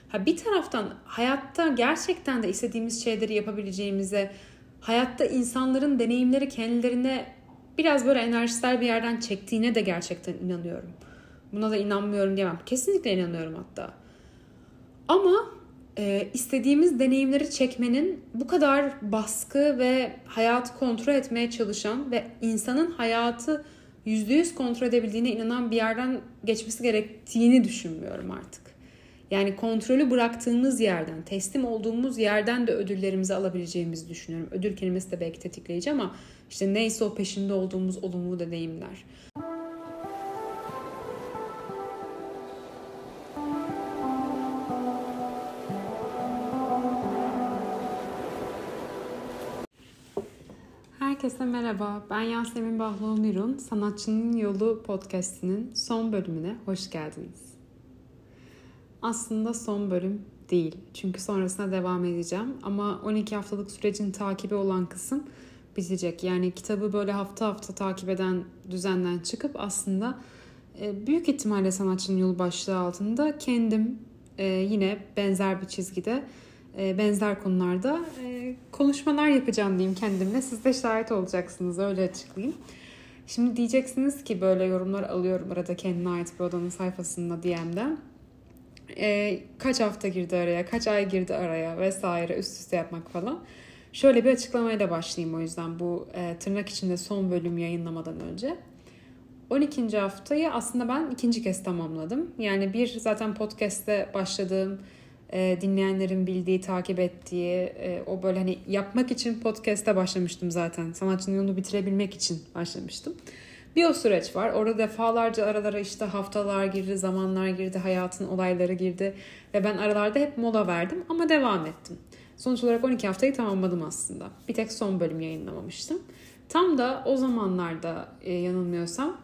Bir taraftan hayatta gerçekten de istediğimiz şeyleri yapabileceğimize, hayatta insanların deneyimleri kendilerine biraz böyle enerjisel bir yerden çektiğine de gerçekten inanıyorum. Buna da inanmıyorum diyemem. Kesinlikle inanıyorum hatta. Ama istediğimiz deneyimleri çekmenin bu kadar baskı ve hayatı kontrol etmeye çalışan ve insanın hayatı %100 kontrol edebildiğine inanan bir yerden geçmesi gerektiğini düşünmüyorum artık. Yani kontrolü bıraktığımız yerden, teslim olduğumuz yerden de ödüllerimizi alabileceğimizi düşünüyorum. Ödül kelimesi de belki tetikleyici ama işte neyse o peşinde olduğumuz olumlu deneyimler. Herkese merhaba, ben Yasemin Bahlomirun. Sanatçının Yolu podcast'inin son bölümüne hoş geldiniz. Aslında son bölüm değil, çünkü sonrasına devam edeceğim. Ama 12 haftalık sürecin takibi olan kısım bitecek. Yani kitabı böyle hafta hafta takip eden düzenden çıkıp aslında büyük ihtimalle Sanatçının Yolu başlığı altında kendim yine benzer bir çizgide, benzer konularda konuşmalar yapacağım diyeyim kendimle. Siz de şahit olacaksınız, öyle açıklayayım. Şimdi diyeceksiniz ki böyle yorumlar alıyorum arada kendine ait bir odanın sayfasında DM'den. Kaç hafta girdi araya, kaç ay girdi araya vesaire üst üste yapmak falan. Şöyle bir açıklamayla başlayayım o yüzden bu tırnak içinde son bölüm yayınlamadan önce. 12. haftayı aslında ben ikinci kez tamamladım. Yani bir zaten podcast'te başladığım, dinleyenlerin bildiği, takip ettiği, o böyle hani yapmak için podcast'te başlamıştım zaten. Sanatçının yolunu bitirebilmek için başlamıştım. Bir o süreç var. Orada defalarca aralara işte haftalar girdi, zamanlar girdi, hayatın olayları girdi. Ve ben aralarda hep mola verdim ama devam ettim. Sonuç olarak 12 haftayı tamamladım aslında. Bir tek son bölüm yayınlamamıştım. Tam da o zamanlarda yanılmıyorsam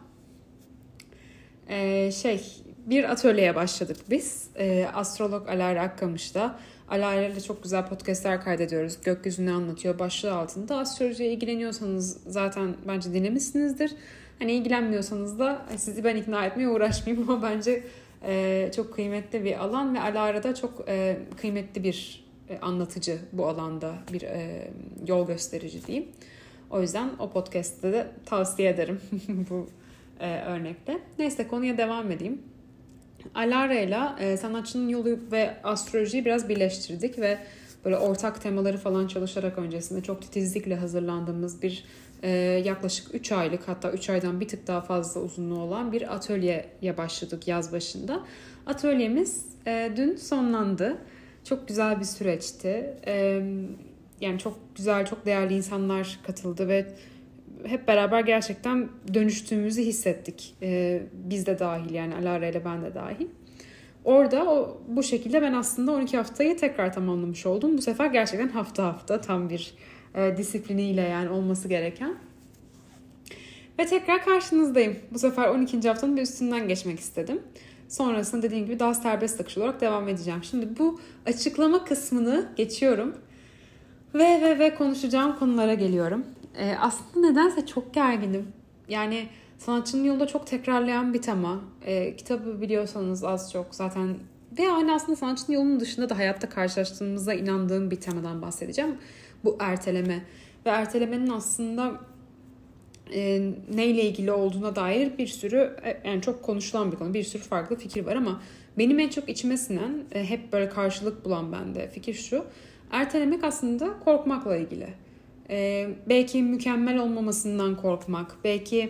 bir atölyeye başladık biz. Astrolog Alara Akkamış'ta. Alara ile çok güzel podcastler kaydediyoruz. Gökyüzünü anlatıyor başlığı altında. Astrolojiye ilgileniyorsanız zaten bence dinlemişsinizdir. Hani ilgilenmiyorsanız da sizi ben ikna etmeye uğraşmayayım ama bence çok kıymetli bir alan ve Alara da çok kıymetli bir anlatıcı bu alanda, bir yol gösterici diyeyim. O yüzden o podcast'te de tavsiye ederim bu örnekle. Neyse konuya devam edeyim. Alara ile sanatçının yolu ve astrolojiyi biraz birleştirdik ve böyle ortak temaları falan çalışarak öncesinde çok titizlikle hazırlandığımız bir yaklaşık 3 aylık, hatta 3 aydan bir tık daha fazla uzunluğu olan bir atölyeye başladık yaz başında. Atölyemiz dün sonlandı. Çok güzel bir süreçti. Yani çok güzel, çok değerli insanlar katıldı ve hep beraber gerçekten dönüştüğümüzü hissettik. Biz de dahil, yani Alara ile ben de dahil. Orada bu şekilde ben aslında 12 haftayı tekrar tamamlamış oldum. Bu sefer gerçekten hafta hafta tam bir disipliniyle yani olması gereken. Ve tekrar karşınızdayım. Bu sefer 12. haftanın bir üstünden geçmek istedim. Sonrasında dediğim gibi daha serbest akış olarak devam edeceğim. Şimdi bu açıklama kısmını geçiyorum. Ve konuşacağım konulara geliyorum. Aslında nedense çok gerginim. Yani sanatçının yolunda çok tekrarlayan bir tema. Kitabı biliyorsanız az çok zaten. Ve yani aslında sanatçının yolunun dışında da hayatta karşılaştığımıza inandığım bir temadan bahsedeceğim. Bu erteleme. Ve ertelemenin aslında neyle ilgili olduğuna dair bir sürü, yani çok konuşulan bir konu. Bir sürü farklı fikir var ama benim en çok içime sinen, hep böyle karşılık bulan bende fikir şu. Ertelemek aslında korkmakla ilgili. Belki mükemmel olmamasından korkmak, belki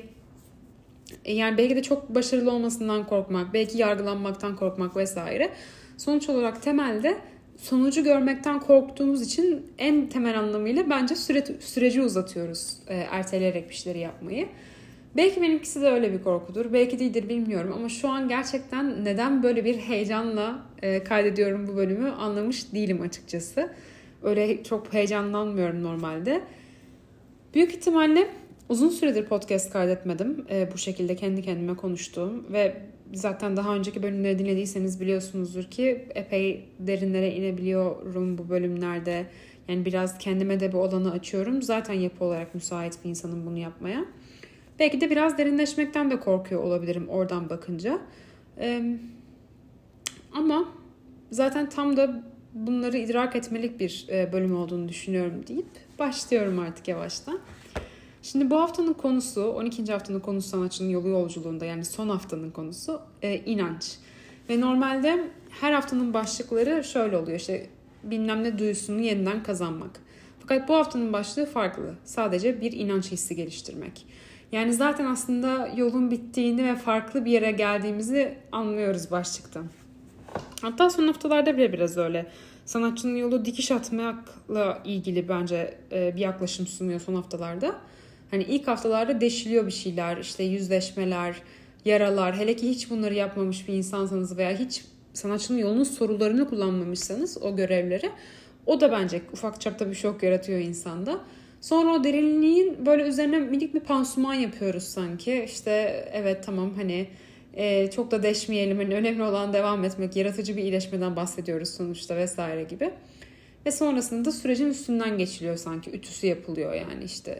de çok başarılı olmasından korkmak, belki yargılanmaktan korkmak vesaire. Sonuç olarak temelde sonucu görmekten korktuğumuz için en temel anlamıyla bence süreci uzatıyoruz erteleyerek bir şeyleri yapmayı. Belki benimkisi de öyle bir korkudur, belki değildir bilmiyorum ama şu an gerçekten neden böyle bir heyecanla kaydediyorum bu bölümü anlamış değilim açıkçası. Öyle çok heyecanlanmıyorum normalde. Büyük ihtimalle uzun süredir podcast kaydetmedim. Bu şekilde kendi kendime konuştuğum ve zaten daha önceki bölümleri dinlediyseniz biliyorsunuzdur ki epey derinlere inebiliyorum bu bölümlerde. Yani biraz kendime de bu alanı açıyorum. Zaten yapı olarak müsait bir insanım bunu yapmaya. Belki de biraz derinleşmekten de korkuyor olabilirim oradan bakınca. Ama zaten tam da bunları idrak etmelik bir bölüm olduğunu düşünüyorum deyip başlıyorum artık yavaştan. Şimdi bu haftanın konusu, 12. haftanın konusu sanatçının yolu yolculuğunda, yani son haftanın konusu inanç. Ve normalde her haftanın başlıkları şöyle oluyor, işte bilmem ne duyusunu yeniden kazanmak. Fakat bu haftanın başlığı farklı. Sadece bir inanç hissi geliştirmek. Yani zaten aslında yolun bittiğini ve farklı bir yere geldiğimizi anlıyoruz başlıktan. Hatta son haftalarda bile biraz öyle. Sanatçının yolu dikiş atmakla ilgili bence bir yaklaşım sunuyor son haftalarda. Hani ilk haftalarda deşiliyor bir şeyler, işte yüzleşmeler, yaralar. Hele ki hiç bunları yapmamış bir insansanız veya hiç sanatçının yolunun sorularını kullanmamışsanız o görevleri, o da bence ufak çapta bir şok yaratıyor insanda. Sonra o derinliğin böyle üzerine minik bir pansuman yapıyoruz sanki. İşte evet tamam hani çok da deşmeyelim. Hani önemli olan devam etmek, yaratıcı bir iyileşmeden bahsediyoruz sonuçta vesaire gibi. Ve sonrasında sürecin üstünden geçiliyor sanki. Ütüsü yapılıyor yani işte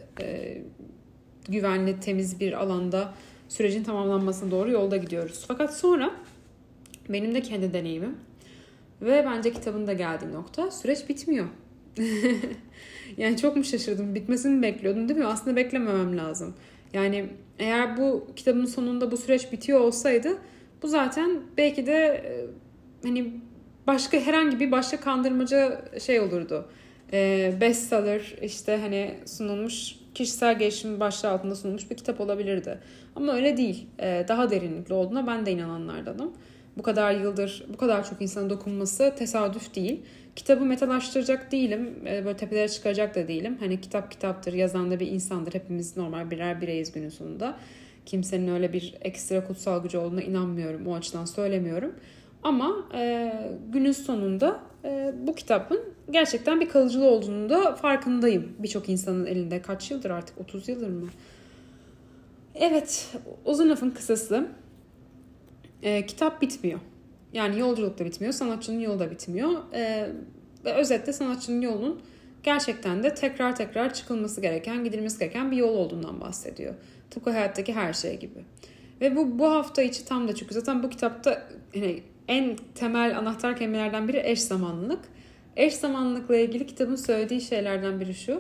güvenli, temiz bir alanda sürecin tamamlanmasına doğru yolda gidiyoruz. Fakat sonra benim de kendi deneyimim ve bence kitabın da geldiği nokta, süreç bitmiyor. Yani çok mu şaşırdım? Bitmesini mi bekliyordum, değil mi? Aslında beklememem lazım. Yani eğer bu kitabın sonunda bu süreç bitiyor olsaydı, bu zaten belki de hani başka herhangi bir başka kandırmaca şey olurdu. Bestseller, işte hani sunulmuş, kişisel gelişim başlığı altında sunulmuş bir kitap olabilirdi. Ama öyle değil. Daha derinlikli olduğuna ben de inananlardanım. Bu kadar yıldır bu kadar çok insana dokunması tesadüf değil. Kitabı metalaştıracak değilim. Böyle tepelere çıkaracak da değilim. Hani kitap kitaptır, yazan da bir insandır. Hepimiz normal birer bireyiz günün sonunda. Kimsenin öyle bir ekstra kutsal gücü olduğuna inanmıyorum. O açıdan söylemiyorum. Ama günün sonunda bu kitabın gerçekten bir kalıcılığı olduğunu da farkındayım. Birçok insanın elinde. Kaç yıldır artık? 30 yıldır mı? Evet, uzun lafın kısası. Kitap bitmiyor. Yani yolculuk da bitmiyor, sanatçının yolu da bitmiyor. Ve özetle sanatçının yolunun gerçekten de tekrar tekrar çıkılması gereken, gidilmesi gereken bir yol olduğundan bahsediyor. Tıpkı hayattaki her şey gibi. Ve bu hafta içi tam da, çünkü zaten bu kitapta hani en temel anahtar kelimelerden biri eş zamanlılık. Eş zamanlılıkla ilgili kitabın söylediği şeylerden biri şu.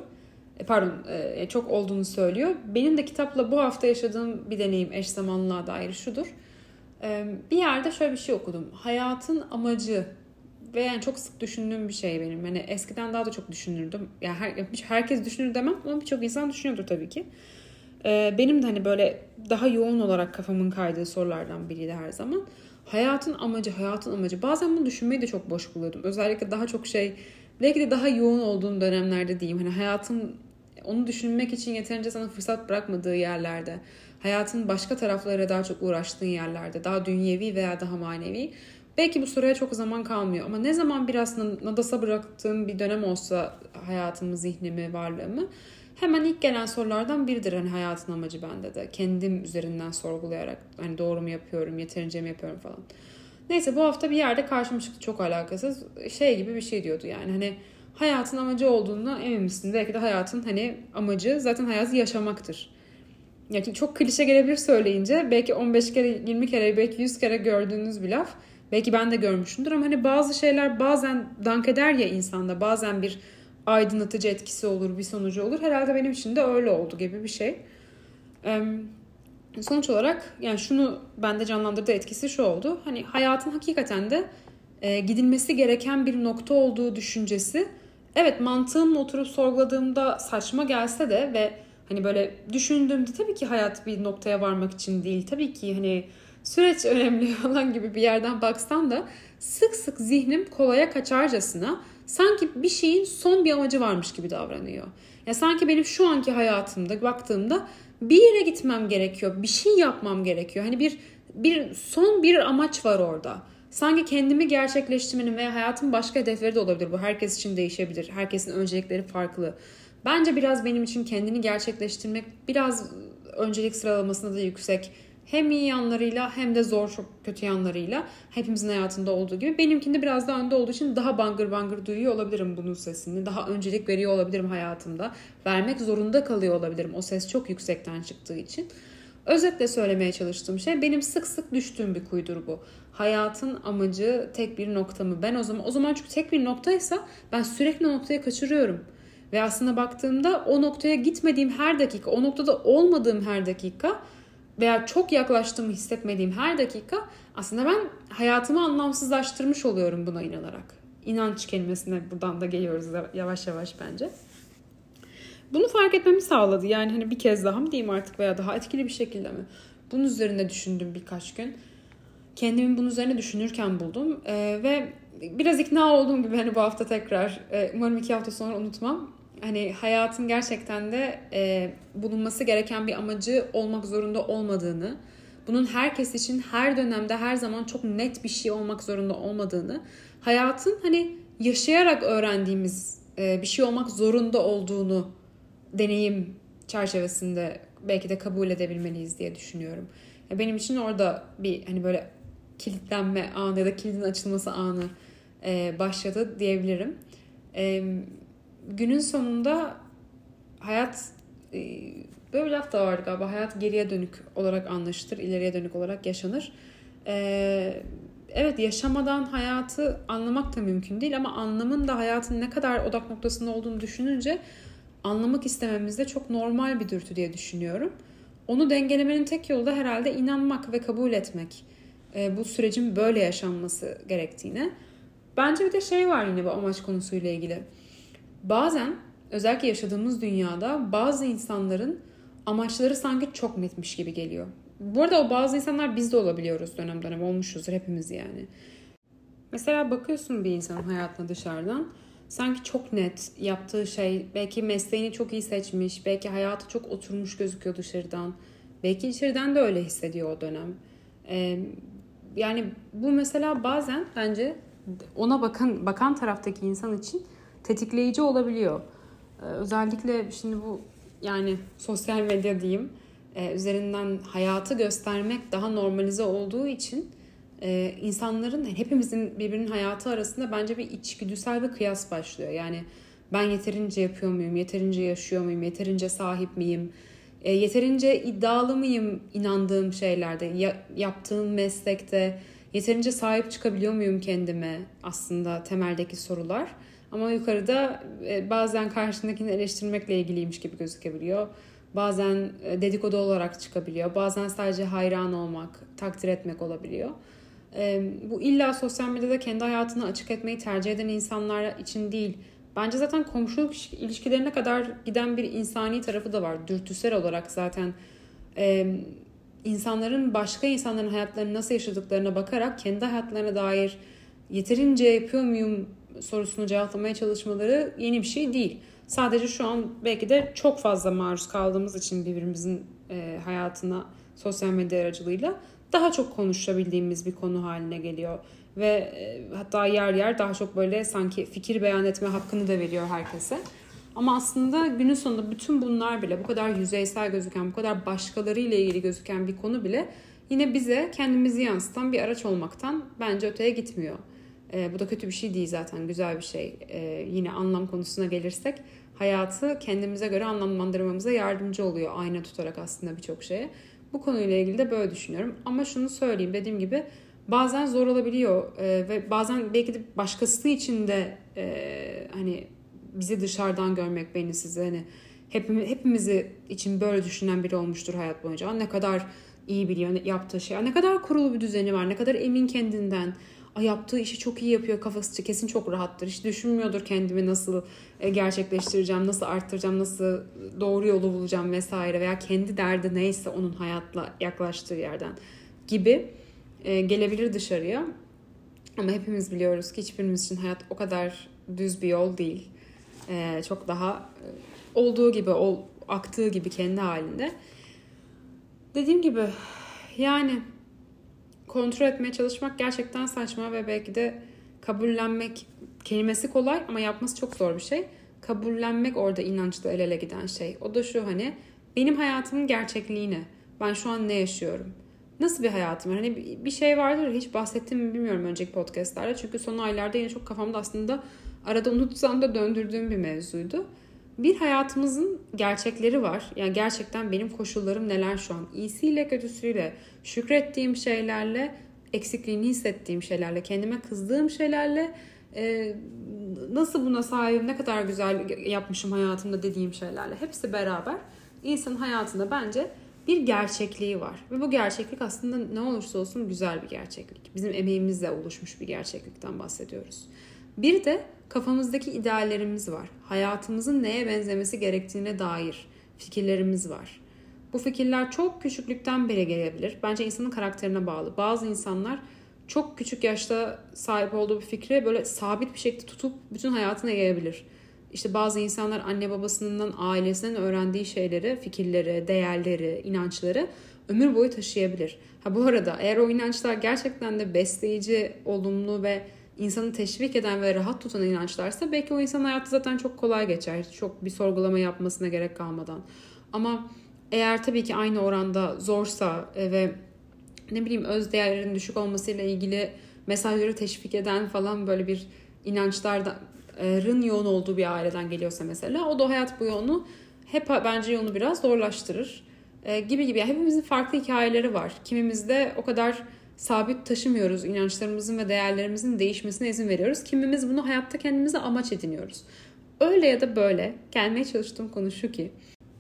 Çok olduğunu söylüyor. Benim de kitapla bu hafta yaşadığım bir deneyim eş zamanlılığa dair şudur. Bir yerde şöyle bir şey okudum. Hayatın amacı ve yani çok sık düşündüğüm bir şey benim. Hani eskiden daha da çok düşünürdüm. Yani herkes düşünür demem ama birçok insan düşünüyordur tabii ki. Benim de hani böyle daha yoğun olarak kafamın kaydığı sorulardan biriydi her zaman. Hayatın amacı, hayatın amacı. Bazen bunu düşünmeyi de çok boş buluyordum. Özellikle daha çok belki de daha yoğun olduğum dönemlerde diyeyim. Hani hayatın onu düşünmek için yeterince sana fırsat bırakmadığı yerlerde, hayatın başka taraflarıyla daha çok uğraştığın yerlerde, daha dünyevi veya daha manevi, belki bu soruya çok zaman kalmıyor. Ama ne zaman biraz nadasa bıraktığım bir dönem olsa hayatımı, zihnimi, varlığımı, hemen ilk gelen sorulardan biridir hani hayatın amacı bende de. Kendim üzerinden sorgulayarak hani doğru mu yapıyorum, yeterince mi yapıyorum falan. Neyse, bu hafta bir yerde karşıma çıktı, çok alakasız. Şey gibi bir şey diyordu yani, hani hayatın amacı olduğuna emin misin? Belki de hayatın hani amacı zaten hayatı yaşamaktır. Yani çok klişe gelebilir söyleyince. Belki 15 kere, 20 kere, belki 100 kere gördüğünüz bir laf. Belki ben de görmüşümdür ama hani bazı şeyler bazen dank eder ya insanda. Bazen bir aydınlatıcı etkisi olur, bir sonucu olur. Herhalde benim için de öyle oldu gibi bir şey. Sonuç olarak yani şunu bende canlandırdığı etkisi şu oldu. Hani hayatın hakikaten de gidilmesi gereken bir nokta olduğu düşüncesi, evet, mantığımla oturup sorguladığımda saçma gelse de ve hani böyle düşündüğümde tabii ki hayat bir noktaya varmak için değil. Tabii ki hani süreç önemli falan gibi bir yerden baksam da sık sık zihnim kolaya kaçarcasına sanki bir şeyin son bir amacı varmış gibi davranıyor. Ya sanki benim şu anki hayatımda baktığımda bir yere gitmem gerekiyor, bir şey yapmam gerekiyor. Hani bir son bir amaç var orada. Sanki kendimi gerçekleştirmenin veya hayatın başka hedefleri de olabilir. Bu herkes için değişebilir. Herkesin öncelikleri farklı. Bence biraz benim için kendini gerçekleştirmek biraz öncelik sıralamasında da yüksek. Hem iyi yanlarıyla hem de zor, çok kötü yanlarıyla. Hepimizin hayatında olduğu gibi. Benimkinde biraz daha önde olduğu için daha bangır bangır duyuyor olabilirim bunun sesini. Daha öncelik veriyor olabilirim hayatımda. Vermek zorunda kalıyor olabilirim o ses çok yüksekten çıktığı için. Özetle söylemeye çalıştığım şey, benim sık sık düştüğüm bir kuyudur bu. Hayatın amacı tek bir nokta mı? Ben o zaman çünkü tek bir noktaysa ben sürekli o noktayı kaçırıyorum. Ve aslında baktığımda o noktaya gitmediğim her dakika, o noktada olmadığım her dakika veya çok yaklaştığımı hissetmediğim her dakika aslında ben hayatımı anlamsızlaştırmış oluyorum buna inanarak. İnanç kelimesine buradan da geliyoruz yavaş yavaş bence. Bunu fark etmemi sağladı. Yani hani bir kez daha mı diyeyim artık veya daha etkili bir şekilde mi? Bunun üzerine düşündüm birkaç gün. Kendimi bunun üzerine düşünürken buldum. Ve biraz ikna olduğum gibi hani bu hafta tekrar umarım 2 hafta sonra unutmam. Hani hayatın gerçekten de bulunması gereken bir amacı olmak zorunda olmadığını, bunun herkes için her dönemde her zaman çok net bir şey olmak zorunda olmadığını, hayatın hani yaşayarak öğrendiğimiz bir şey olmak zorunda olduğunu deneyim çerçevesinde belki de kabul edebilmeliyiz diye düşünüyorum. Benim için orada bir hani böyle kilitlenme anı ya da kilidin açılması anı başladı diyebilirim. Günün sonunda hayat, böyle bir laf da vardı galiba, hayat geriye dönük olarak anlaşılır, ileriye dönük olarak yaşanır. Evet, yaşamadan hayatı anlamak da mümkün değil ama anlamın da hayatın ne kadar odak noktasında olduğunu düşününce anlamak istememiz de çok normal bir dürtü diye düşünüyorum. Onu dengelemenin tek yolu da herhalde inanmak ve kabul etmek. Bu sürecin böyle yaşanması gerektiğine. Bence bir de şey var yine bu amaç konusuyla ilgili. Bazen özellikle yaşadığımız dünyada bazı insanların amaçları sanki çok netmiş gibi geliyor. Bu arada o bazı insanlar biz de olabiliyoruz, dönem dönem olmuşuzdur hepimiz yani. Mesela bakıyorsun bir insanın hayatına dışarıdan, sanki çok net yaptığı şey, belki mesleğini çok iyi seçmiş, belki hayatı çok oturmuş gözüküyor dışarıdan, belki içeriden de öyle hissediyor o dönem. Yani bu mesela bazen bence ona bakan taraftaki insan için tetikleyici olabiliyor. Özellikle şimdi bu yani sosyal medya diyeyim, üzerinden hayatı göstermek daha normalize olduğu için insanların, hepimizin birbirinin hayatı arasında bence bir içgüdüsel bir kıyas başlıyor. Yani ben yeterince yapıyor muyum, yeterince yaşıyor muyum, yeterince sahip miyim, yeterince iddialı mıyım inandığım şeylerde, yaptığım meslekte, yeterince sahip çıkabiliyor muyum kendime, aslında temeldeki sorular. Ama yukarıda bazen karşındakini eleştirmekle ilgiliymiş gibi gözükebiliyor. Bazen dedikodu olarak çıkabiliyor. Bazen sadece hayran olmak, takdir etmek olabiliyor. Bu illa sosyal medyada kendi hayatını açık etmeyi tercih eden insanlar için değil. Bence zaten komşuluk ilişkilerine kadar giden bir insani tarafı da var. Dürtüsel olarak zaten insanların başka insanların hayatlarını nasıl yaşadıklarına bakarak kendi hayatlarına dair yeterince yapıyor muyum sorusunu cevaplamaya çalışmaları yeni bir şey değil. Sadece şu an belki de çok fazla maruz kaldığımız için birbirimizin hayatına sosyal medya aracılığıyla daha çok konuşabildiğimiz bir konu haline geliyor. Ve hatta yer yer daha çok böyle sanki fikir beyan etme hakkını da veriyor herkese. Ama aslında günün sonunda bütün bunlar bile, bu kadar yüzeysel gözüken, bu kadar başkalarıyla ilgili gözüken bir konu bile yine bize kendimizi yansıtan bir araç olmaktan bence öteye gitmiyor. Bu da kötü bir şey değil zaten, güzel bir şey. Yine anlam konusuna gelirsek, hayatı kendimize göre anlamlandırmamıza yardımcı oluyor ayna tutarak aslında birçok şeye. Bu konuyla ilgili de böyle düşünüyorum. Ama şunu söyleyeyim, dediğim gibi bazen zor olabiliyor ve bazen belki de başkası için de hani bizi dışarıdan görmek, beni size hani hepimizi için böyle düşünen biri olmuştur hayat boyunca. Ne kadar iyi biliyor yaptığı şey, ne kadar kurulu bir düzeni var, ne kadar emin kendinden. Yaptığı işi çok iyi yapıyor, kafası kesin çok rahattır. Hiç düşünmüyordur kendimi nasıl gerçekleştireceğim, nasıl arttıracağım, nasıl doğru yolu bulacağım vesaire, veya kendi derdi neyse onun hayatla yaklaştığı yerden gibi gelebilir dışarıya. Ama hepimiz biliyoruz ki hiçbirimiz için hayat o kadar düz bir yol değil. Çok daha olduğu gibi, aktığı gibi kendi halinde. Dediğim gibi yani kontrol etmeye çalışmak gerçekten saçma ve belki de kabullenmek kelimesi kolay ama yapması çok zor bir şey. Kabullenmek orada inançla el ele giden şey. O da şu, hani benim hayatımın gerçekliği ne? Ben şu an ne yaşıyorum? Nasıl bir hayatım var? Hani bir şey vardır, hiç bahsettim mi bilmiyorum önceki podcastlerde. Çünkü son aylarda yine çok kafamda, aslında arada unutsam da döndürdüğüm bir mevzuydu. Bir hayatımızın gerçekleri var. Yani gerçekten benim koşullarım neler şu an? İyisiyle kötüsüyle, şükrettiğim şeylerle, eksikliğini hissettiğim şeylerle, kendime kızdığım şeylerle, nasıl buna sahibim, ne kadar güzel yapmışım hayatımda dediğim şeylerle. Hepsi beraber insanın hayatında bence bir gerçekliği var. Ve bu gerçeklik aslında ne olursa olsun güzel bir gerçeklik. Bizim emeğimizle oluşmuş bir gerçeklikten bahsediyoruz. Bir de kafamızdaki ideallerimiz var. Hayatımızın neye benzemesi gerektiğine dair fikirlerimiz var. Bu fikirler çok küçüklükten beri gelebilir. Bence insanın karakterine bağlı. Bazı insanlar çok küçük yaşta sahip olduğu bir fikri böyle sabit bir şekilde tutup bütün hayatına yayabilir. İşte bazı insanlar anne babasından, ailesinden öğrendiği şeyleri, fikirleri, değerleri, inançları ömür boyu taşıyabilir. Bu arada eğer o inançlar gerçekten de besleyici, olumlu ve insanı teşvik eden ve rahat tutan inançlarsa belki o insanın hayatı zaten çok kolay geçer. Çok bir sorgulama yapmasına gerek kalmadan. Ama eğer tabii ki aynı oranda zorsa ve ne bileyim öz değerlerin düşük olmasıyla ilgili mesajları teşvik eden falan böyle bir inançların yoğun olduğu bir aileden geliyorsa mesela, o da hayat boyu onu hep bence yolunu biraz zorlaştırır. Gibi. Yani hepimizin farklı hikayeleri var. Kimimizde o kadar sabit taşımıyoruz. İnançlarımızın ve değerlerimizin değişmesine izin veriyoruz. Kimimiz bunu hayatta kendimize amaç ediniyoruz. Öyle ya da böyle gelmeye çalıştığım konu şu ki,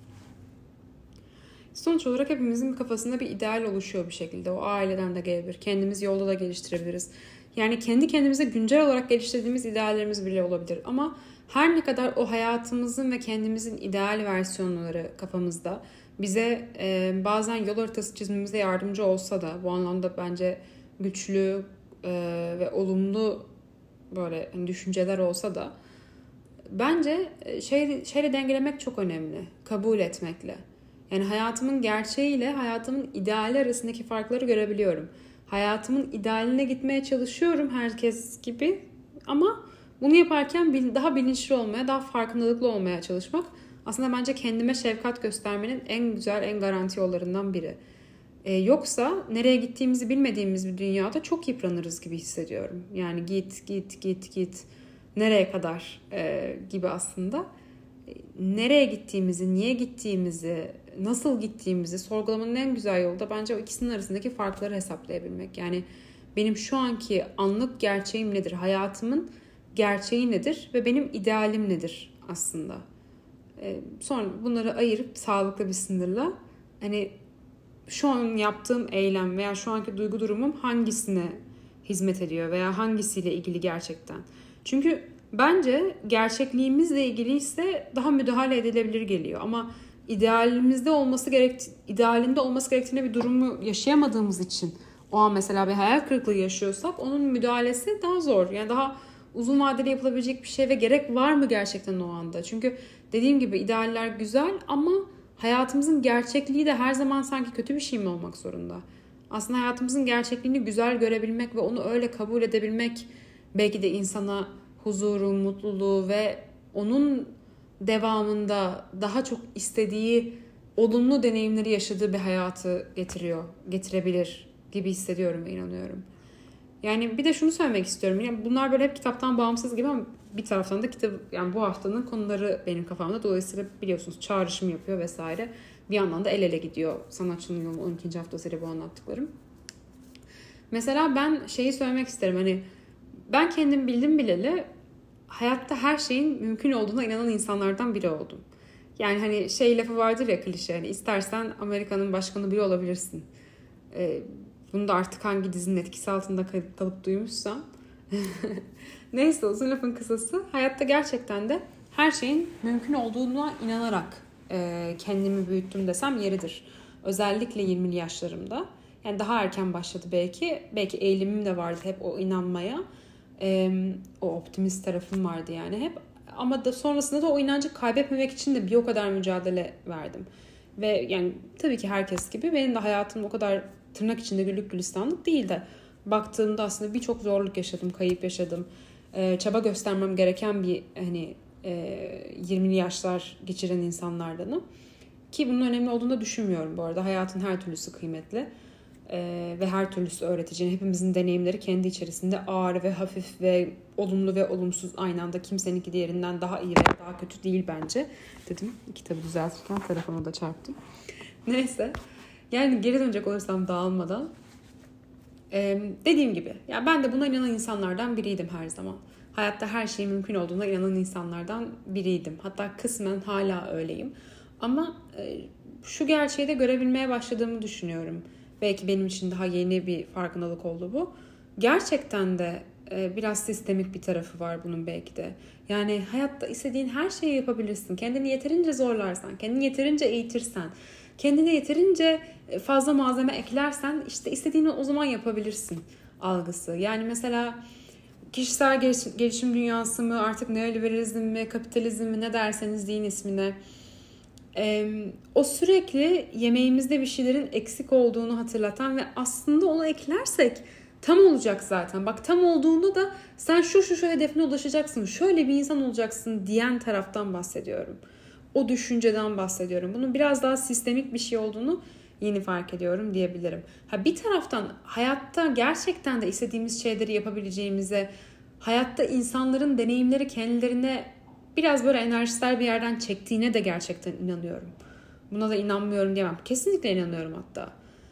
sonuç olarak hepimizin kafasında bir ideal oluşuyor bir şekilde. O aileden de gelebilir. Kendimiz yolda da geliştirebiliriz. Yani kendi kendimize güncel olarak geliştirdiğimiz ideallerimiz bile olabilir. Ama her ne kadar o hayatımızın ve kendimizin ideal versiyonları kafamızda bize bazen yol haritası çizmemize yardımcı olsa da, bu anlamda bence güçlü ve olumlu böyle düşünceler olsa da, bence şeyle dengelemek çok önemli. Kabul etmekle. Yani hayatımın gerçeğiyle hayatımın ideali arasındaki farkları görebiliyorum. Hayatımın idealine gitmeye çalışıyorum herkes gibi, ama bunu yaparken daha bilinçli olmaya, daha farkındalıklı olmaya çalışmak aslında bence kendime şefkat göstermenin en güzel, en garanti yollarından biri. Yoksa nereye gittiğimizi bilmediğimiz bir dünyada çok yıpranırız gibi hissediyorum. Yani git nereye kadar gibi aslında. Nereye gittiğimizi, niye gittiğimizi, nasıl gittiğimizi sorgulamanın en güzel yolu da bence o ikisinin arasındaki farkları hesaplayabilmek. Yani benim şu anki anlık gerçeğim nedir? Hayatımın gerçeği nedir? Ve benim idealim nedir aslında? Sonra bunları ayırıp sağlıklı bir sınırla, hani şu an yaptığım eylem veya şu anki duygu durumum hangisine hizmet ediyor veya hangisiyle ilgili gerçekten. Çünkü bence gerçekliğimizle ilgili ise daha müdahale edilebilir geliyor. Ama idealinde olması gerektiğine bir durumu yaşayamadığımız için, o an mesela bir hayal kırıklığı yaşıyorsak, onun müdahalesi daha zor. Yani daha uzun vadeli yapılabilecek bir şey ve gerek var mı gerçekten o anda? Çünkü dediğim gibi idealler güzel ama hayatımızın gerçekliği de her zaman sanki kötü bir şey mi olmak zorunda? Aslında hayatımızın gerçekliğini güzel görebilmek ve onu öyle kabul edebilmek belki de insana huzuru, mutluluğu ve onun devamında daha çok istediği olumlu deneyimleri yaşadığı bir hayatı getirebilir gibi hissediyorum ve inanıyorum. Yani bir de şunu söylemek istiyorum. Yani bunlar böyle hep kitaptan bağımsız gibi ama bir taraftan da yani bu haftanın konuları benim kafamda. Dolayısıyla biliyorsunuz çağrışım yapıyor vesaire. Bir yandan da el ele gidiyor Sanatçının Yolu 12. haftasıyla bu anlattıklarım. Mesela ben şeyi söylemek isterim. Hani ben kendim bildim bileli hayatta her şeyin mümkün olduğuna inanan insanlardan biri oldum. Yani hani şey lafı vardır ya, klişe, hani istersen Amerika'nın başkanı biri olabilirsin. Bunu da artık hangi dizinin etkisi altında kalıp duymuşsam. Neyse, uzun lafın kısası, hayatta gerçekten de her şeyin mümkün olduğuna inanarak kendimi büyüttüm desem yeridir. Özellikle 20'li yaşlarımda. Yani daha erken başladı belki. Belki eğilimim de vardı hep o inanmaya. O optimist tarafım vardı yani hep. Ama da sonrasında da o inancı kaybetmemek için de bir o kadar mücadele verdim. Ve yani tabii ki herkes gibi benim de hayatım o kadar tırnak içinde güllük gülistanlık değil de baktığımda aslında birçok zorluk yaşadım, kayıp yaşadım. Çaba göstermem gereken bir 20'li yaşlar geçiren insanlardanım. Ki bunun önemli olduğunu da düşünmüyorum bu arada. Hayatın her türlüsü kıymetli. ve her türlüsü öğretici. Hepimizin deneyimleri kendi içerisinde ağır ve hafif ve olumlu ve olumsuz aynı anda. Kimseninki diğerinden daha iyi veya daha kötü değil bence. Dedim kitabı düzeltirken telefona da çarptım. Neyse. Yani geri dönecek olursam dağılmadan. Dediğim gibi ya ben de buna inanan insanlardan biriydim her zaman. Hayatta her şeyin mümkün olduğuna inanan insanlardan biriydim. Hatta kısmen hala öyleyim. Ama şu gerçeği de görebilmeye başladığımı düşünüyorum. Belki benim için daha yeni bir farkındalık oldu bu. Gerçekten de biraz sistemik bir tarafı var bunun belki de. Yani hayatta istediğin her şeyi yapabilirsin. Kendini yeterince zorlarsan, kendini yeterince eğitirsen, kendine yeterince fazla malzeme eklersen işte istediğini o zaman yapabilirsin algısı. Yani mesela kişisel gelişim dünyası mı, artık neoliberalizm mi, kapitalizm mi, ne derseniz deyin ismine. O sürekli yemeğimizde bir şeylerin eksik olduğunu hatırlatan ve aslında onu eklersek tam olacak zaten. Bak tam olduğunda da sen şu hedefine ulaşacaksın, şöyle bir insan olacaksın diyen taraftan bahsediyorum. O düşünceden bahsediyorum. Bunun biraz daha sistemik bir şey olduğunu yeni fark ediyorum diyebilirim. Bir taraftan hayatta gerçekten de istediğimiz şeyleri yapabileceğimize, hayatta insanların deneyimleri kendilerine biraz böyle enerjisel bir yerden çektiğine de gerçekten inanıyorum. Buna da inanmıyorum diyemem. Kesinlikle inanıyorum hatta.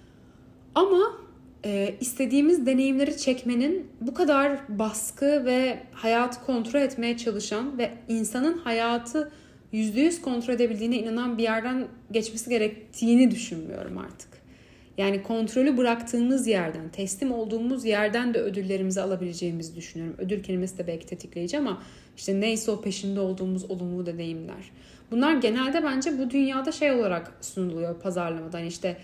Ama istediğimiz deneyimleri çekmenin bu kadar baskı ve hayatı kontrol etmeye çalışan ve insanın hayatı %100 kontrol edebildiğine inanan bir yerden geçmesi gerektiğini düşünmüyorum artık. Yani kontrolü bıraktığımız yerden, teslim olduğumuz yerden de ödüllerimizi alabileceğimizi düşünüyorum. Ödül kelimesi de belki tetikleyici ama işte neyse o peşinde olduğumuz olumlu deneyimler. Bunlar genelde bence bu dünyada şey olarak sunuluyor pazarlamadan. İşte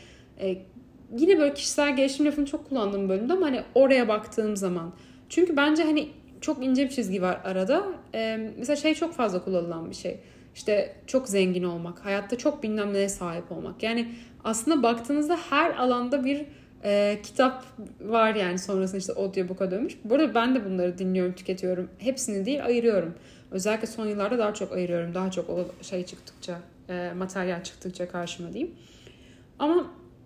yine böyle kişisel gelişim lafını çok kullandığım bölümde ama hani oraya baktığım zaman. Çünkü bence hani çok ince bir çizgi var arada. Mesela şey çok fazla kullanılan bir şey. İşte çok zengin olmak, hayatta çok bilmem neye sahip olmak. Yani aslında baktığınızda her alanda bir kitap var yani sonrasında işte audiobook'a dönmüş. Bu arada ben de bunları dinliyorum, tüketiyorum. Hepsini değil ayırıyorum. Özellikle son yıllarda daha çok ayırıyorum. Daha çok o şey çıktıkça, materyal çıktıkça karşıma diyeyim. Ama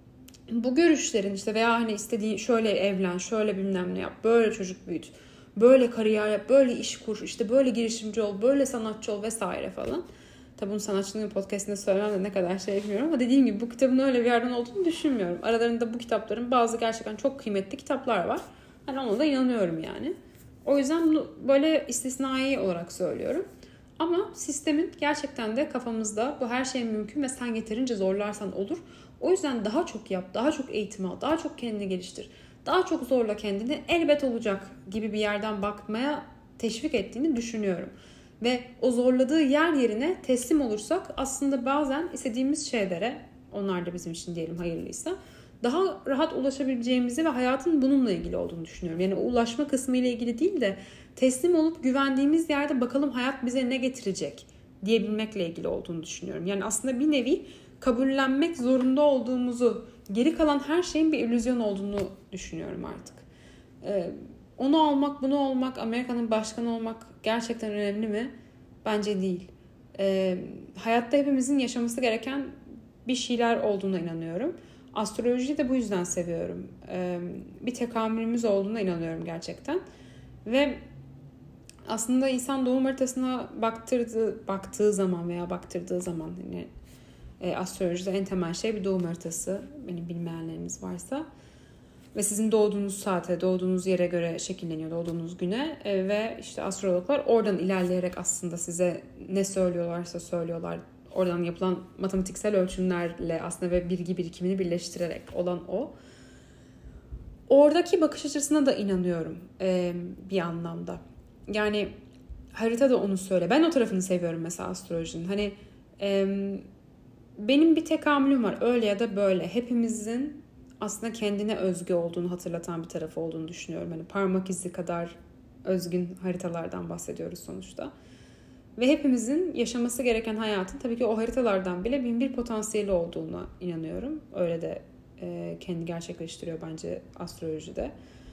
bu görüşlerin işte veya hani istediğin şöyle evlen, şöyle bilmem ne yap, böyle çocuk büyüt, böyle kariyer yap, böyle iş kur, işte böyle girişimci ol, böyle sanatçı ol vesaire falan. Tabi bunu sanatçılığın podcastinde söylemem de ne kadar şey bilmiyorum ama dediğim gibi bu kitabın öyle bir yerden olduğunu düşünmüyorum. Aralarında bu kitapların bazı gerçekten çok kıymetli kitaplar var. Hani ona da inanıyorum yani. O yüzden bunu böyle istisnai olarak söylüyorum. Ama sistemin gerçekten de kafamızda bu her şey mümkün ve sen yeterince zorlarsan olur. O yüzden daha çok yap, daha çok eğitim al, daha çok kendini geliştir. Daha çok zorla kendini elbet olacak gibi bir yerden bakmaya teşvik ettiğini düşünüyorum. Ve o zorladığı yer yerine teslim olursak aslında bazen istediğimiz şeylere, onlar da bizim için diyelim hayırlıysa, daha rahat ulaşabileceğimizi ve hayatın bununla ilgili olduğunu düşünüyorum. Yani o ulaşma kısmı ile ilgili değil de teslim olup güvendiğimiz yerde bakalım hayat bize ne getirecek diyebilmekle ilgili olduğunu düşünüyorum. Yani aslında bir nevi kabullenmek zorunda olduğumuzu, geri kalan her şeyin bir illüzyon olduğunu düşünüyorum artık. Onu olmak, bunu olmak, Amerika'nın başkanı olmak gerçekten önemli mi? Bence değil. Hayatta hepimizin yaşaması gereken bir şeyler olduğuna inanıyorum. Astrolojiyi de bu yüzden seviyorum. Bir tekamülümüz olduğuna inanıyorum gerçekten. Ve aslında insan doğum haritasına baktırdığı zaman yani astrolojide en temel şey bir doğum haritası. Benim bilmeyenleriniz varsa. Ve sizin doğduğunuz saate, doğduğunuz yere göre şekilleniyor, doğduğunuz güne. Ve işte astrologlar oradan ilerleyerek aslında size ne söylüyorlarsa söylüyorlar. Oradan yapılan matematiksel ölçümlerle aslında ve bilgi birikimini birleştirerek olan o. Oradaki bakış açısına da inanıyorum bir anlamda. Yani harita da onu söyle. Ben o tarafını seviyorum mesela astrolojinin. Hani benim bir tekamülüm var öyle ya da böyle. Hepimizin aslında kendine özgü olduğunu hatırlatan bir tarafı olduğunu düşünüyorum. Hani parmak izi kadar özgün haritalardan bahsediyoruz sonuçta. Ve hepimizin yaşaması gereken hayatın tabii ki o haritalardan bile bin bir potansiyeli olduğuna inanıyorum. Öyle de kendi gerçekleştiriyor bence astrolojide.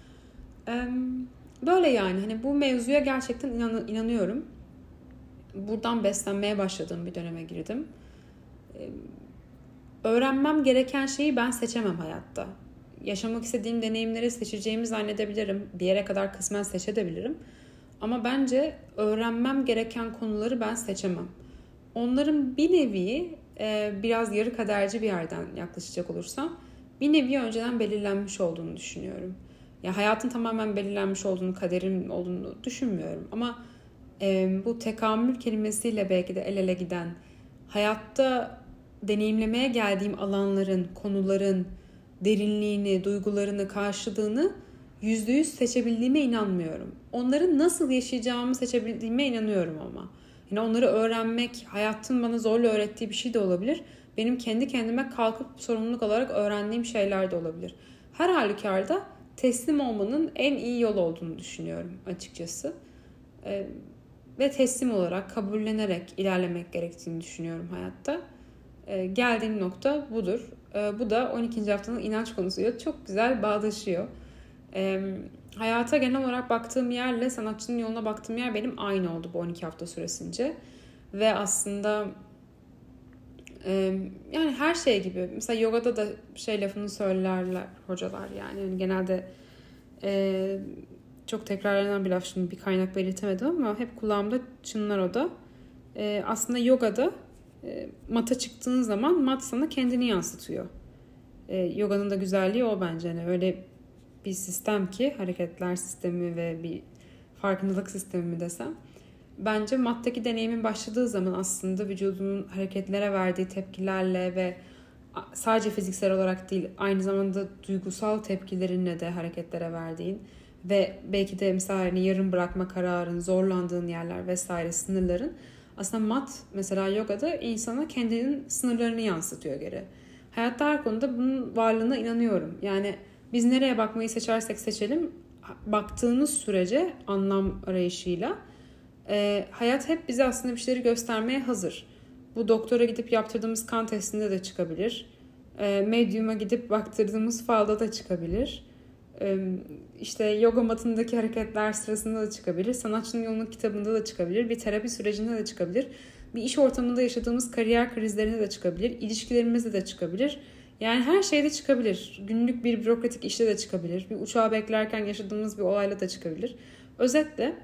Böyle yani hani bu mevzuya gerçekten inanıyorum. Buradan beslenmeye başladığım bir döneme girdim. Öğrenmem gereken şeyi ben seçemem hayatta. yaşamak istediğim deneyimleri seçeceğimi zannedebilirim. Bir yere kadar kısmen seçebilirim. Ama bence öğrenmem gereken konuları ben seçemem. Onların bir nevi biraz yarı kaderci bir yerden yaklaşacak olursam bir nevi önceden belirlenmiş olduğunu düşünüyorum. Ya hayatın tamamen belirlenmiş olduğunu, kaderin olduğunu düşünmüyorum. Ama bu tekamül kelimesiyle belki de el ele giden, hayatta deneyimlemeye geldiğim alanların, konuların derinliğini, duygularını, karşılığını %100 seçebildiğime inanmıyorum. Onları nasıl yaşayacağımı seçebildiğime inanıyorum ama. Yani onları öğrenmek, hayatın bana zorla öğrettiği bir şey de olabilir. Benim kendi kendime kalkıp sorumluluk olarak öğrendiğim şeyler de olabilir. Her halükarda teslim olmanın en iyi yol olduğunu düşünüyorum açıkçası. Ve teslim olarak, kabullenerek ilerlemek gerektiğini düşünüyorum hayatta. Geldiğim nokta budur. Bu da 12. haftanın inanç konusuyla çok güzel bağdaşıyor. Hayata genel olarak baktığım yerle sanatçının yoluna baktığım yer benim aynı oldu bu 12 hafta süresince. Ve aslında yani her şey gibi. Mesela yogada da lafını söylerler hocalar yani genelde çok tekrarlanan bir laf, şimdi bir kaynak belirtemedim ama hep kulağımda çınlar o da. Aslında yogada mata çıktığın zaman mat sana kendini yansıtıyor. Yoganın da güzelliği o bence. Yani öyle bir sistem ki, hareketler sistemi ve bir farkındalık sistemi mi desem. Bence mattaki deneyimin başladığı zaman aslında vücudunun hareketlere verdiği tepkilerle ve sadece fiziksel olarak değil aynı zamanda duygusal tepkilerinle de hareketlere verdiğin ve belki de mesela hani yarım bırakma kararın, zorlandığın yerler vesaire sınırların, aslında mat mesela yogada insana kendinin sınırlarını yansıtıyor geri. Hayatta her konuda bunun varlığına inanıyorum. Yani biz nereye bakmayı seçersek seçelim, baktığımız sürece anlam arayışıyla hayat hep bize aslında bir şeyleri göstermeye hazır. Bu doktora gidip yaptırdığımız kan testinde de çıkabilir. Medyuma gidip baktırdığımız falda da çıkabilir. İşte yoga matındaki hareketler sırasında da çıkabilir. Sanatçının Yolunun kitabında da çıkabilir. Bir terapi sürecinde de çıkabilir. Bir iş ortamında yaşadığımız kariyer krizlerinde de çıkabilir. İlişkilerimizde de çıkabilir. Yani her şeyde çıkabilir. Günlük bir bürokratik işte de çıkabilir. Bir uçağı beklerken yaşadığımız bir olayla da çıkabilir. Özetle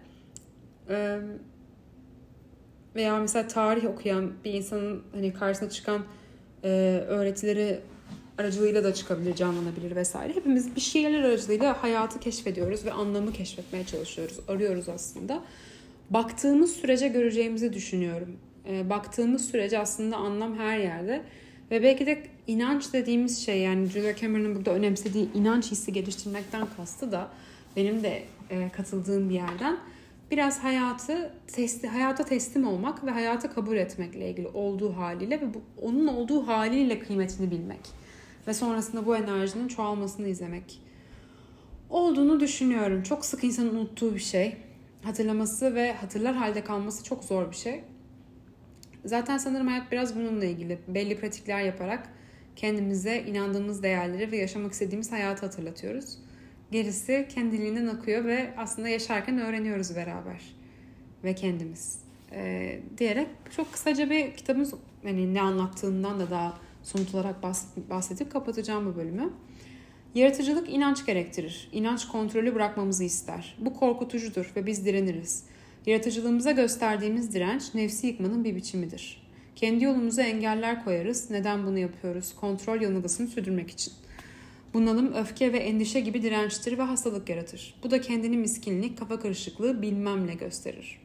veya mesela tarih okuyan bir insanın hani karşısına çıkan öğretileri aracılığıyla da çıkabilir, canlanabilir vesaire. Hepimiz bir şeyler aracılığıyla hayatı keşfediyoruz ve anlamı keşfetmeye çalışıyoruz, arıyoruz aslında. Baktığımız sürece göreceğimizi düşünüyorum. Baktığımız sürece aslında anlam her yerde. Ve belki de inanç dediğimiz şey, yani Julia Cameron'ın burada önemsediği inanç hissi geliştirmekten kastı da benim de katıldığım bir yerden biraz hayata teslim olmak ve hayatı kabul etmekle ilgili olduğu haliyle ve onun olduğu haliyle kıymetini bilmek ve sonrasında bu enerjinin çoğalmasını izlemek olduğunu düşünüyorum. Çok sık insanın unuttuğu bir şey. Hatırlaması ve hatırlar halde kalması çok zor bir şey. Zaten sanırım hayat biraz bununla ilgili. Belli pratikler yaparak kendimize inandığımız değerleri ve yaşamak istediğimiz hayatı hatırlatıyoruz. Gerisi kendiliğinden akıyor ve aslında yaşarken öğreniyoruz beraber ve kendimiz. Diyerek çok kısaca bir kitabımız, yani ne anlattığından da daha somut olarak bahsedip kapatacağım bu bölümü. Yaratıcılık inanç gerektirir. İnanç kontrolü bırakmamızı ister. Bu korkutucudur ve biz direniriz. Yaratıcılığımıza gösterdiğimiz direnç nefsi yıkmanın bir biçimidir. Kendi yolumuza engeller koyarız. Neden bunu yapıyoruz? Kontrol yanılgısını sürdürmek için. Bunalım, öfke ve endişe gibi dirençtir ve hastalık yaratır. Bu da kendini miskinlik, kafa karışıklığı bilmemle gösterir.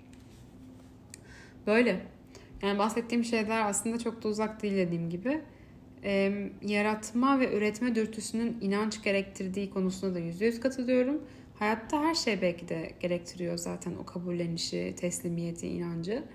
Böyle. Yani bahsettiğim şeyler aslında çok da uzak değil dediğim gibi. Yaratma ve üretme dürtüsünün inanç gerektirdiği konusunda da %100 katılıyorum. Hayatta her şey belki de gerektiriyor zaten o kabullenişi, teslimiyeti, inancı.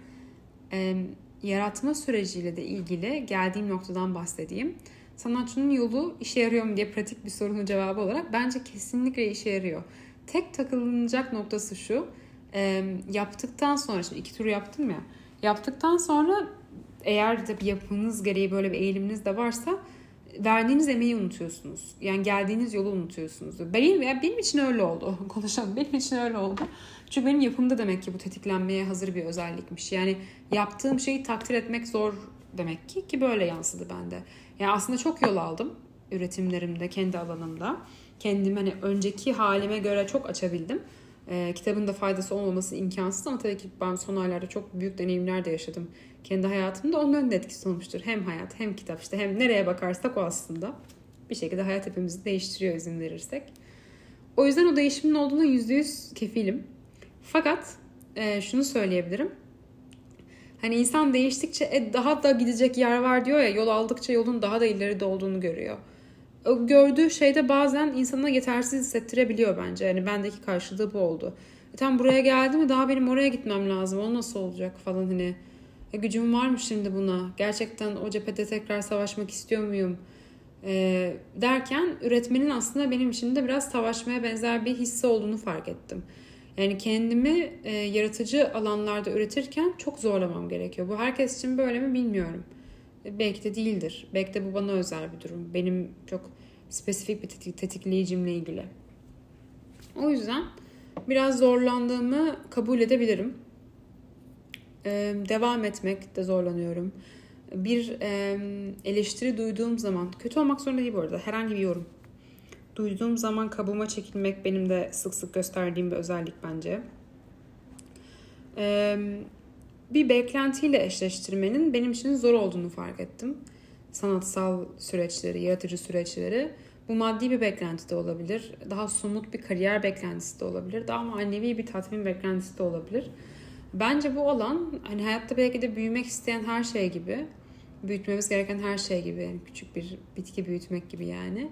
Yaratma süreciyle de ilgili geldiğim noktadan bahsedeyim. Sanatçının yolu işe yarıyor mu diye pratik bir sorunun cevabı olarak bence kesinlikle işe yarıyor. Tek takılınacak noktası şu. Yaptıktan sonra, şimdi 2 tur yaptım ya. Yaptıktan sonra eğer de bir yapınız gereği böyle bir eğiliminiz de varsa verdiğiniz emeği unutuyorsunuz. Yani geldiğiniz yolu unutuyorsunuz. Benim için öyle oldu. Konuşalım. Benim için öyle oldu. Çünkü benim yapımda demek ki bu tetiklenmeye hazır bir özellikmiş. Yani yaptığım şeyi takdir etmek zor demek ki böyle yansıdı bende. Yani aslında çok yol aldım. üretimlerimde, kendi alanımda. Kendimi hani önceki halime göre çok açabildim. Kitabın da faydası olmaması imkansız ama tabii ki ben son aylarda çok büyük deneyimler de yaşadım. Kendi hayatımda onların da etkisi olmuştur. Hem hayat hem kitap işte hem nereye bakarsak o aslında. Bir şekilde hayat hepimizi değiştiriyor izin verirsek. O yüzden o değişimin olduğuna %100 kefilim. Fakat şunu söyleyebilirim. Hani insan değiştikçe daha da gidecek yer var diyor ya, yol aldıkça yolun daha da ileride olduğunu görüyor. O gördüğü şeyde bazen insana yetersiz hissettirebiliyor bence. Yani bendeki karşılığı bu oldu. Tam buraya geldi mi daha benim oraya gitmem lazım. O nasıl olacak falan hani. Gücüm var mı şimdi buna? Gerçekten o cephede tekrar savaşmak istiyor muyum? Derken üretmenin aslında benim için de biraz savaşmaya benzer bir hissi olduğunu fark ettim. Yani kendimi yaratıcı alanlarda üretirken çok zorlamam gerekiyor. Bu herkes için böyle mi bilmiyorum. Belki de değildir. Belki de bu bana özel bir durum. Benim çok spesifik bir tetikleyicimle ilgili. O yüzden biraz zorlandığımı kabul edebilirim. Devam etmekte zorlanıyorum. Bir eleştiri duyduğum zaman, kötü olmak zorunda değil bu arada, herhangi bir yorum duyduğum zaman kabuğuma çekilmek benim de sık sık gösterdiğim bir özellik bence. Bir beklentiyle eşleştirmenin benim için zor olduğunu fark ettim. Sanatsal süreçleri, yaratıcı süreçleri. Bu maddi bir beklenti de olabilir. Daha somut bir kariyer beklentisi de olabilir. Daha manevi bir tatmin beklentisi de olabilir. Bence bu alan hani hayatta belki de büyümek isteyen her şey gibi, büyütmemiz gereken her şey gibi, yani küçük bir bitki büyütmek gibi yani.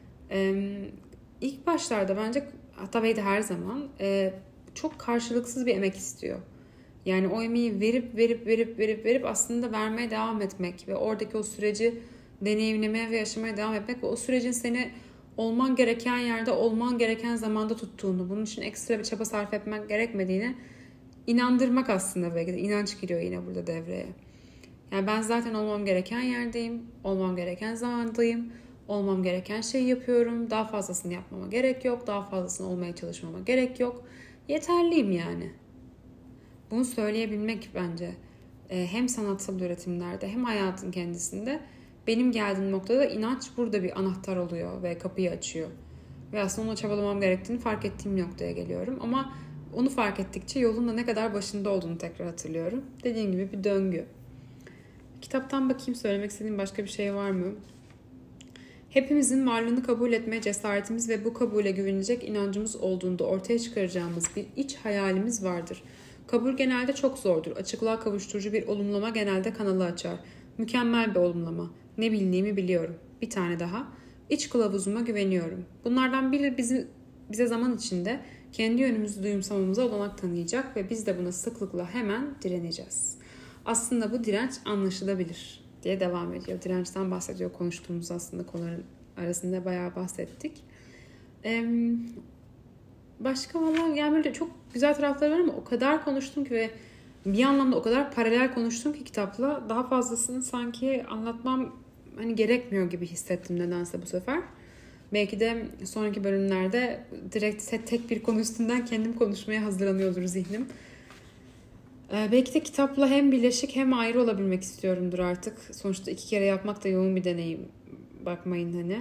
İlk başlarda bence, hatta belki de her zaman çok karşılıksız bir emek istiyor. Yani o emeği verip aslında vermeye devam etmek ve oradaki o süreci deneyimlemeye ve yaşamaya devam etmek ve o sürecin seni olman gereken yerde, olman gereken zamanda tuttuğunu, bunun için ekstra bir çaba sarf etmek gerekmediğini inandırmak aslında, belki de inanç giriyor yine burada devreye. Yani ben zaten olmam gereken yerdeyim, olmam gereken zamandayım, olmam gereken şeyi yapıyorum, daha fazlasını yapmama gerek yok, daha fazlasını olmaya çalışmama gerek yok. Yeterliyim yani. Bunu söyleyebilmek bence hem sanatsal üretimlerde hem hayatın kendisinde benim geldiğim noktada inanç burada bir anahtar oluyor ve kapıyı açıyor. Ve aslında ona çabalamam gerektiğini fark ettiğim noktaya geliyorum. Ama onu fark ettikçe yolun da ne kadar başında olduğunu tekrar hatırlıyorum. Dediğim gibi bir döngü. Kitaptan bakayım, söylemek istediğim başka bir şey var mı? Hepimizin varlığını kabul etmeye cesaretimiz ve bu kabule güvenilecek inancımız olduğunda ortaya çıkaracağımız bir iç hayalimiz vardır. Kabul genelde çok zordur. Açıklığa kavuşturucu bir olumlama genelde kanalı açar. Mükemmel bir olumlama. Ne bildiğimi biliyorum. Bir tane daha. İç kılavuzuma güveniyorum. Bunlardan biri bize zaman içinde kendi yönümüzü duyumsamamıza olanak tanıyacak ve biz de buna sıklıkla hemen direneceğiz. Aslında bu direnç anlaşılabilir diye devam ediyor. Dirençten bahsediyor konuştuğumuz aslında konuların arasında bayağı bahsettik. Başka vallahi yani böyle çok güzel tarafları var ama o kadar konuştum ki ve bir anlamda o kadar paralel konuştum ki kitapla daha fazlasını sanki anlatmam hani gerekmiyor gibi hissettim nedense bu sefer. Belki de sonraki bölümlerde direkt tek bir konu üstünden kendim konuşmaya hazırlanıyordur zihnim. Belki de kitapla hem birleşik hem ayrı olabilmek istiyorumdur artık. Sonuçta 2 kere yapmak da yoğun bir deneyim. Bakmayın hani.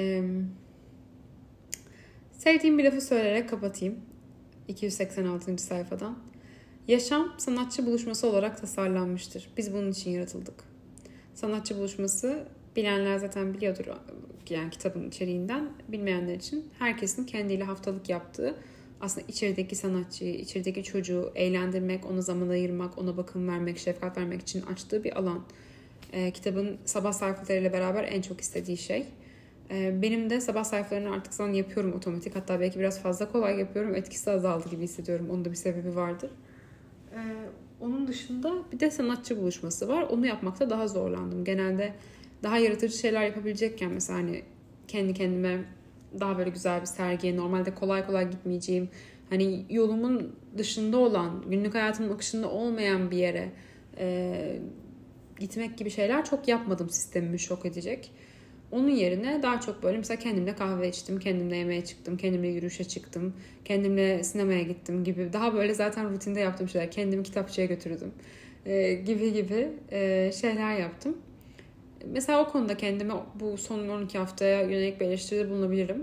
Sevdiğim bir lafı söyleyerek kapatayım. 286. sayfadan. Yaşam sanatçı buluşması olarak tasarlanmıştır. Biz bunun için yaratıldık. Sanatçı buluşması bilenler zaten biliyordur yani kitabın içeriğinden. Bilmeyenler için herkesin kendiyle haftalık yaptığı, aslında içerideki sanatçıyı, içerideki çocuğu eğlendirmek, ona zaman ayırmak, ona bakım vermek, şefkat vermek için açtığı bir alan. Kitabın sabah sayfalarıyla beraber en çok istediği şey. Benim de sabah sayfalarını artık zaten yapıyorum otomatik. Hatta belki biraz fazla kolay yapıyorum. Etkisi azaldı gibi hissediyorum. Onun da bir sebebi vardır. Onun dışında bir de sanatçı buluşması var. Onu yapmakta daha zorlandım. Genelde daha yaratıcı şeyler yapabilecekken mesela hani kendi kendime daha böyle güzel bir sergiye, normalde kolay kolay gitmeyeceğim, hani yolumun dışında olan, günlük hayatımın akışında olmayan bir yere gitmek gibi şeyler çok yapmadım, sistemimi şok edecek. Onun yerine daha çok böyle mesela kendimle kahve içtim, kendimle yemeğe çıktım, kendimle yürüyüşe çıktım, kendimle sinemaya gittim gibi. Daha böyle zaten rutinde yaptığım şeyler. Kendimi kitapçıya götürdüm gibi şeyler yaptım. Mesela o konuda kendime bu son 12 haftaya yönelik bir eleştiride bulunabilirim.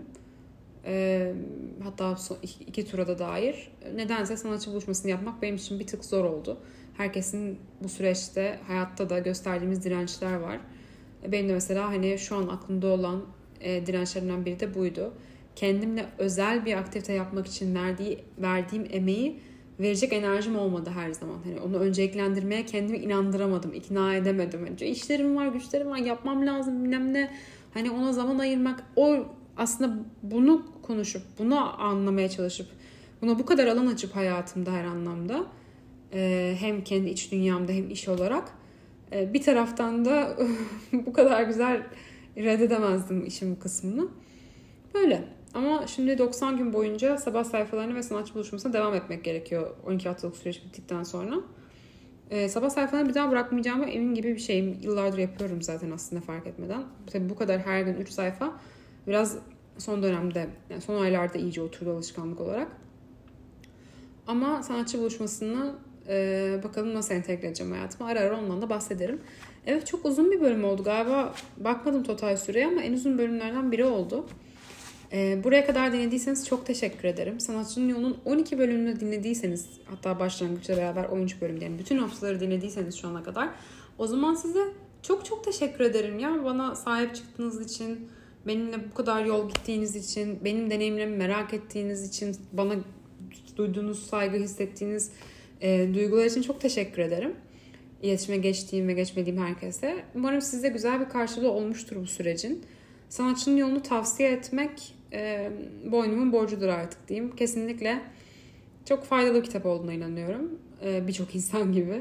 Hatta son 2 tura da dair. Nedense sanatçı buluşmasını yapmak benim için bir tık zor oldu. Herkesin bu süreçte hayatta da gösterdiğimiz dirençler var. Benim de mesela hani şu an aklımda olan dirençlerimden biri de buydu. Kendimle özel bir aktivite yapmak için verdiğim emeği verecek enerjim olmadı her zaman. Hani onu önceliklendirmeye kendimi inandıramadım, ikna edemedim. Yani işlerim var, güçlerim var, yapmam lazım bilmem ne. Hani ona zaman ayırmak, o aslında bunu konuşup, bunu anlamaya çalışıp, buna bu kadar alan açıp hayatımda her anlamda, hem kendi iç dünyamda hem iş olarak, bir taraftan da bu kadar güzel reddedemezdim işin bu kısmını. Böyle. Ama şimdi 90 gün boyunca sabah sayfalarına ve sanatçı buluşmasına devam etmek gerekiyor 12 haftalık süreç bittikten sonra. Sabah sayfalarını bir daha bırakmayacağıma emin gibi bir şeyim. Yıllardır yapıyorum zaten aslında fark etmeden. Tabii bu kadar her gün 3 sayfa biraz son dönemde, yani son aylarda iyice oturdu alışkanlık olarak. Ama sanatçı buluşmasını bakalım nasıl entegre edeceğim hayatıma. Ara ara ondan da bahsederim. Evet, çok uzun bir bölüm oldu galiba. Bakmadım total süreye ama en uzun bölümlerden biri oldu. Buraya kadar dinlediyseniz çok teşekkür ederim. Sanatçının Yolu'nun 12 bölümünü dinlediyseniz, hatta başlangıçla beraber 13 bölüm, yani bütün haftaları dinlediyseniz şu ana kadar, o zaman size çok çok teşekkür ederim ya. Bana sahip çıktığınız için, benimle bu kadar yol gittiğiniz için, benim deneyimlerimi merak ettiğiniz için, bana duyduğunuz saygı, hissettiğiniz duygular için çok teşekkür ederim. İletişime geçtiğim ve geçmediğim herkese. Umarım size güzel bir karşılığı olmuştur bu sürecin. Sanatçının Yolunu tavsiye etmek boynumun borcudur artık diyeyim. Kesinlikle çok faydalı bir kitap olduğuna inanıyorum. Birçok insan gibi.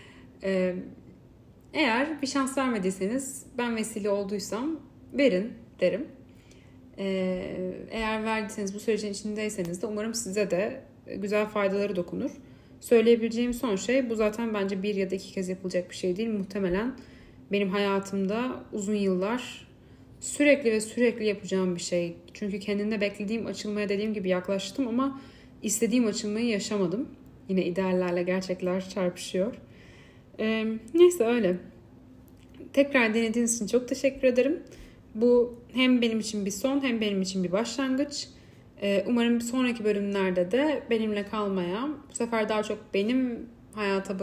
Eğer bir şans vermediyseniz, ben vesile olduysam verin derim. Eğer verdiyseniz, bu sürecin içindeyseniz de umarım size de güzel faydaları dokunur. Söyleyebileceğim son şey bu, zaten bence 1 ya da 2 kez yapılacak bir şey değil. Muhtemelen benim hayatımda uzun yıllar sürekli ve sürekli yapacağım bir şey. Çünkü kendimde beklediğim açılmaya dediğim gibi yaklaştım ama istediğim açılmayı yaşamadım. Yine ideallerle gerçekler çarpışıyor. Neyse öyle. Tekrar dinlediğiniz için çok teşekkür ederim. Bu hem benim için bir son hem benim için bir başlangıç. Umarım sonraki bölümlerde de benimle kalmaya, bu sefer daha çok benim hayata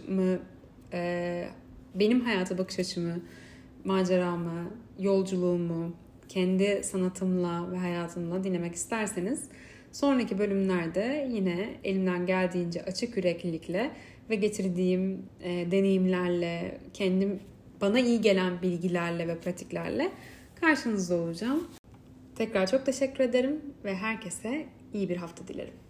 bakış açımı, maceramı, yolculuğumu, kendi sanatımla ve hayatımla dinlemek isterseniz, sonraki bölümlerde yine elimden geldiğince açık yüreklilikle ve getirdiğim deneyimlerle, bana iyi gelen bilgilerle ve pratiklerle karşınızda olacağım. Tekrar çok teşekkür ederim ve herkese iyi bir hafta dilerim.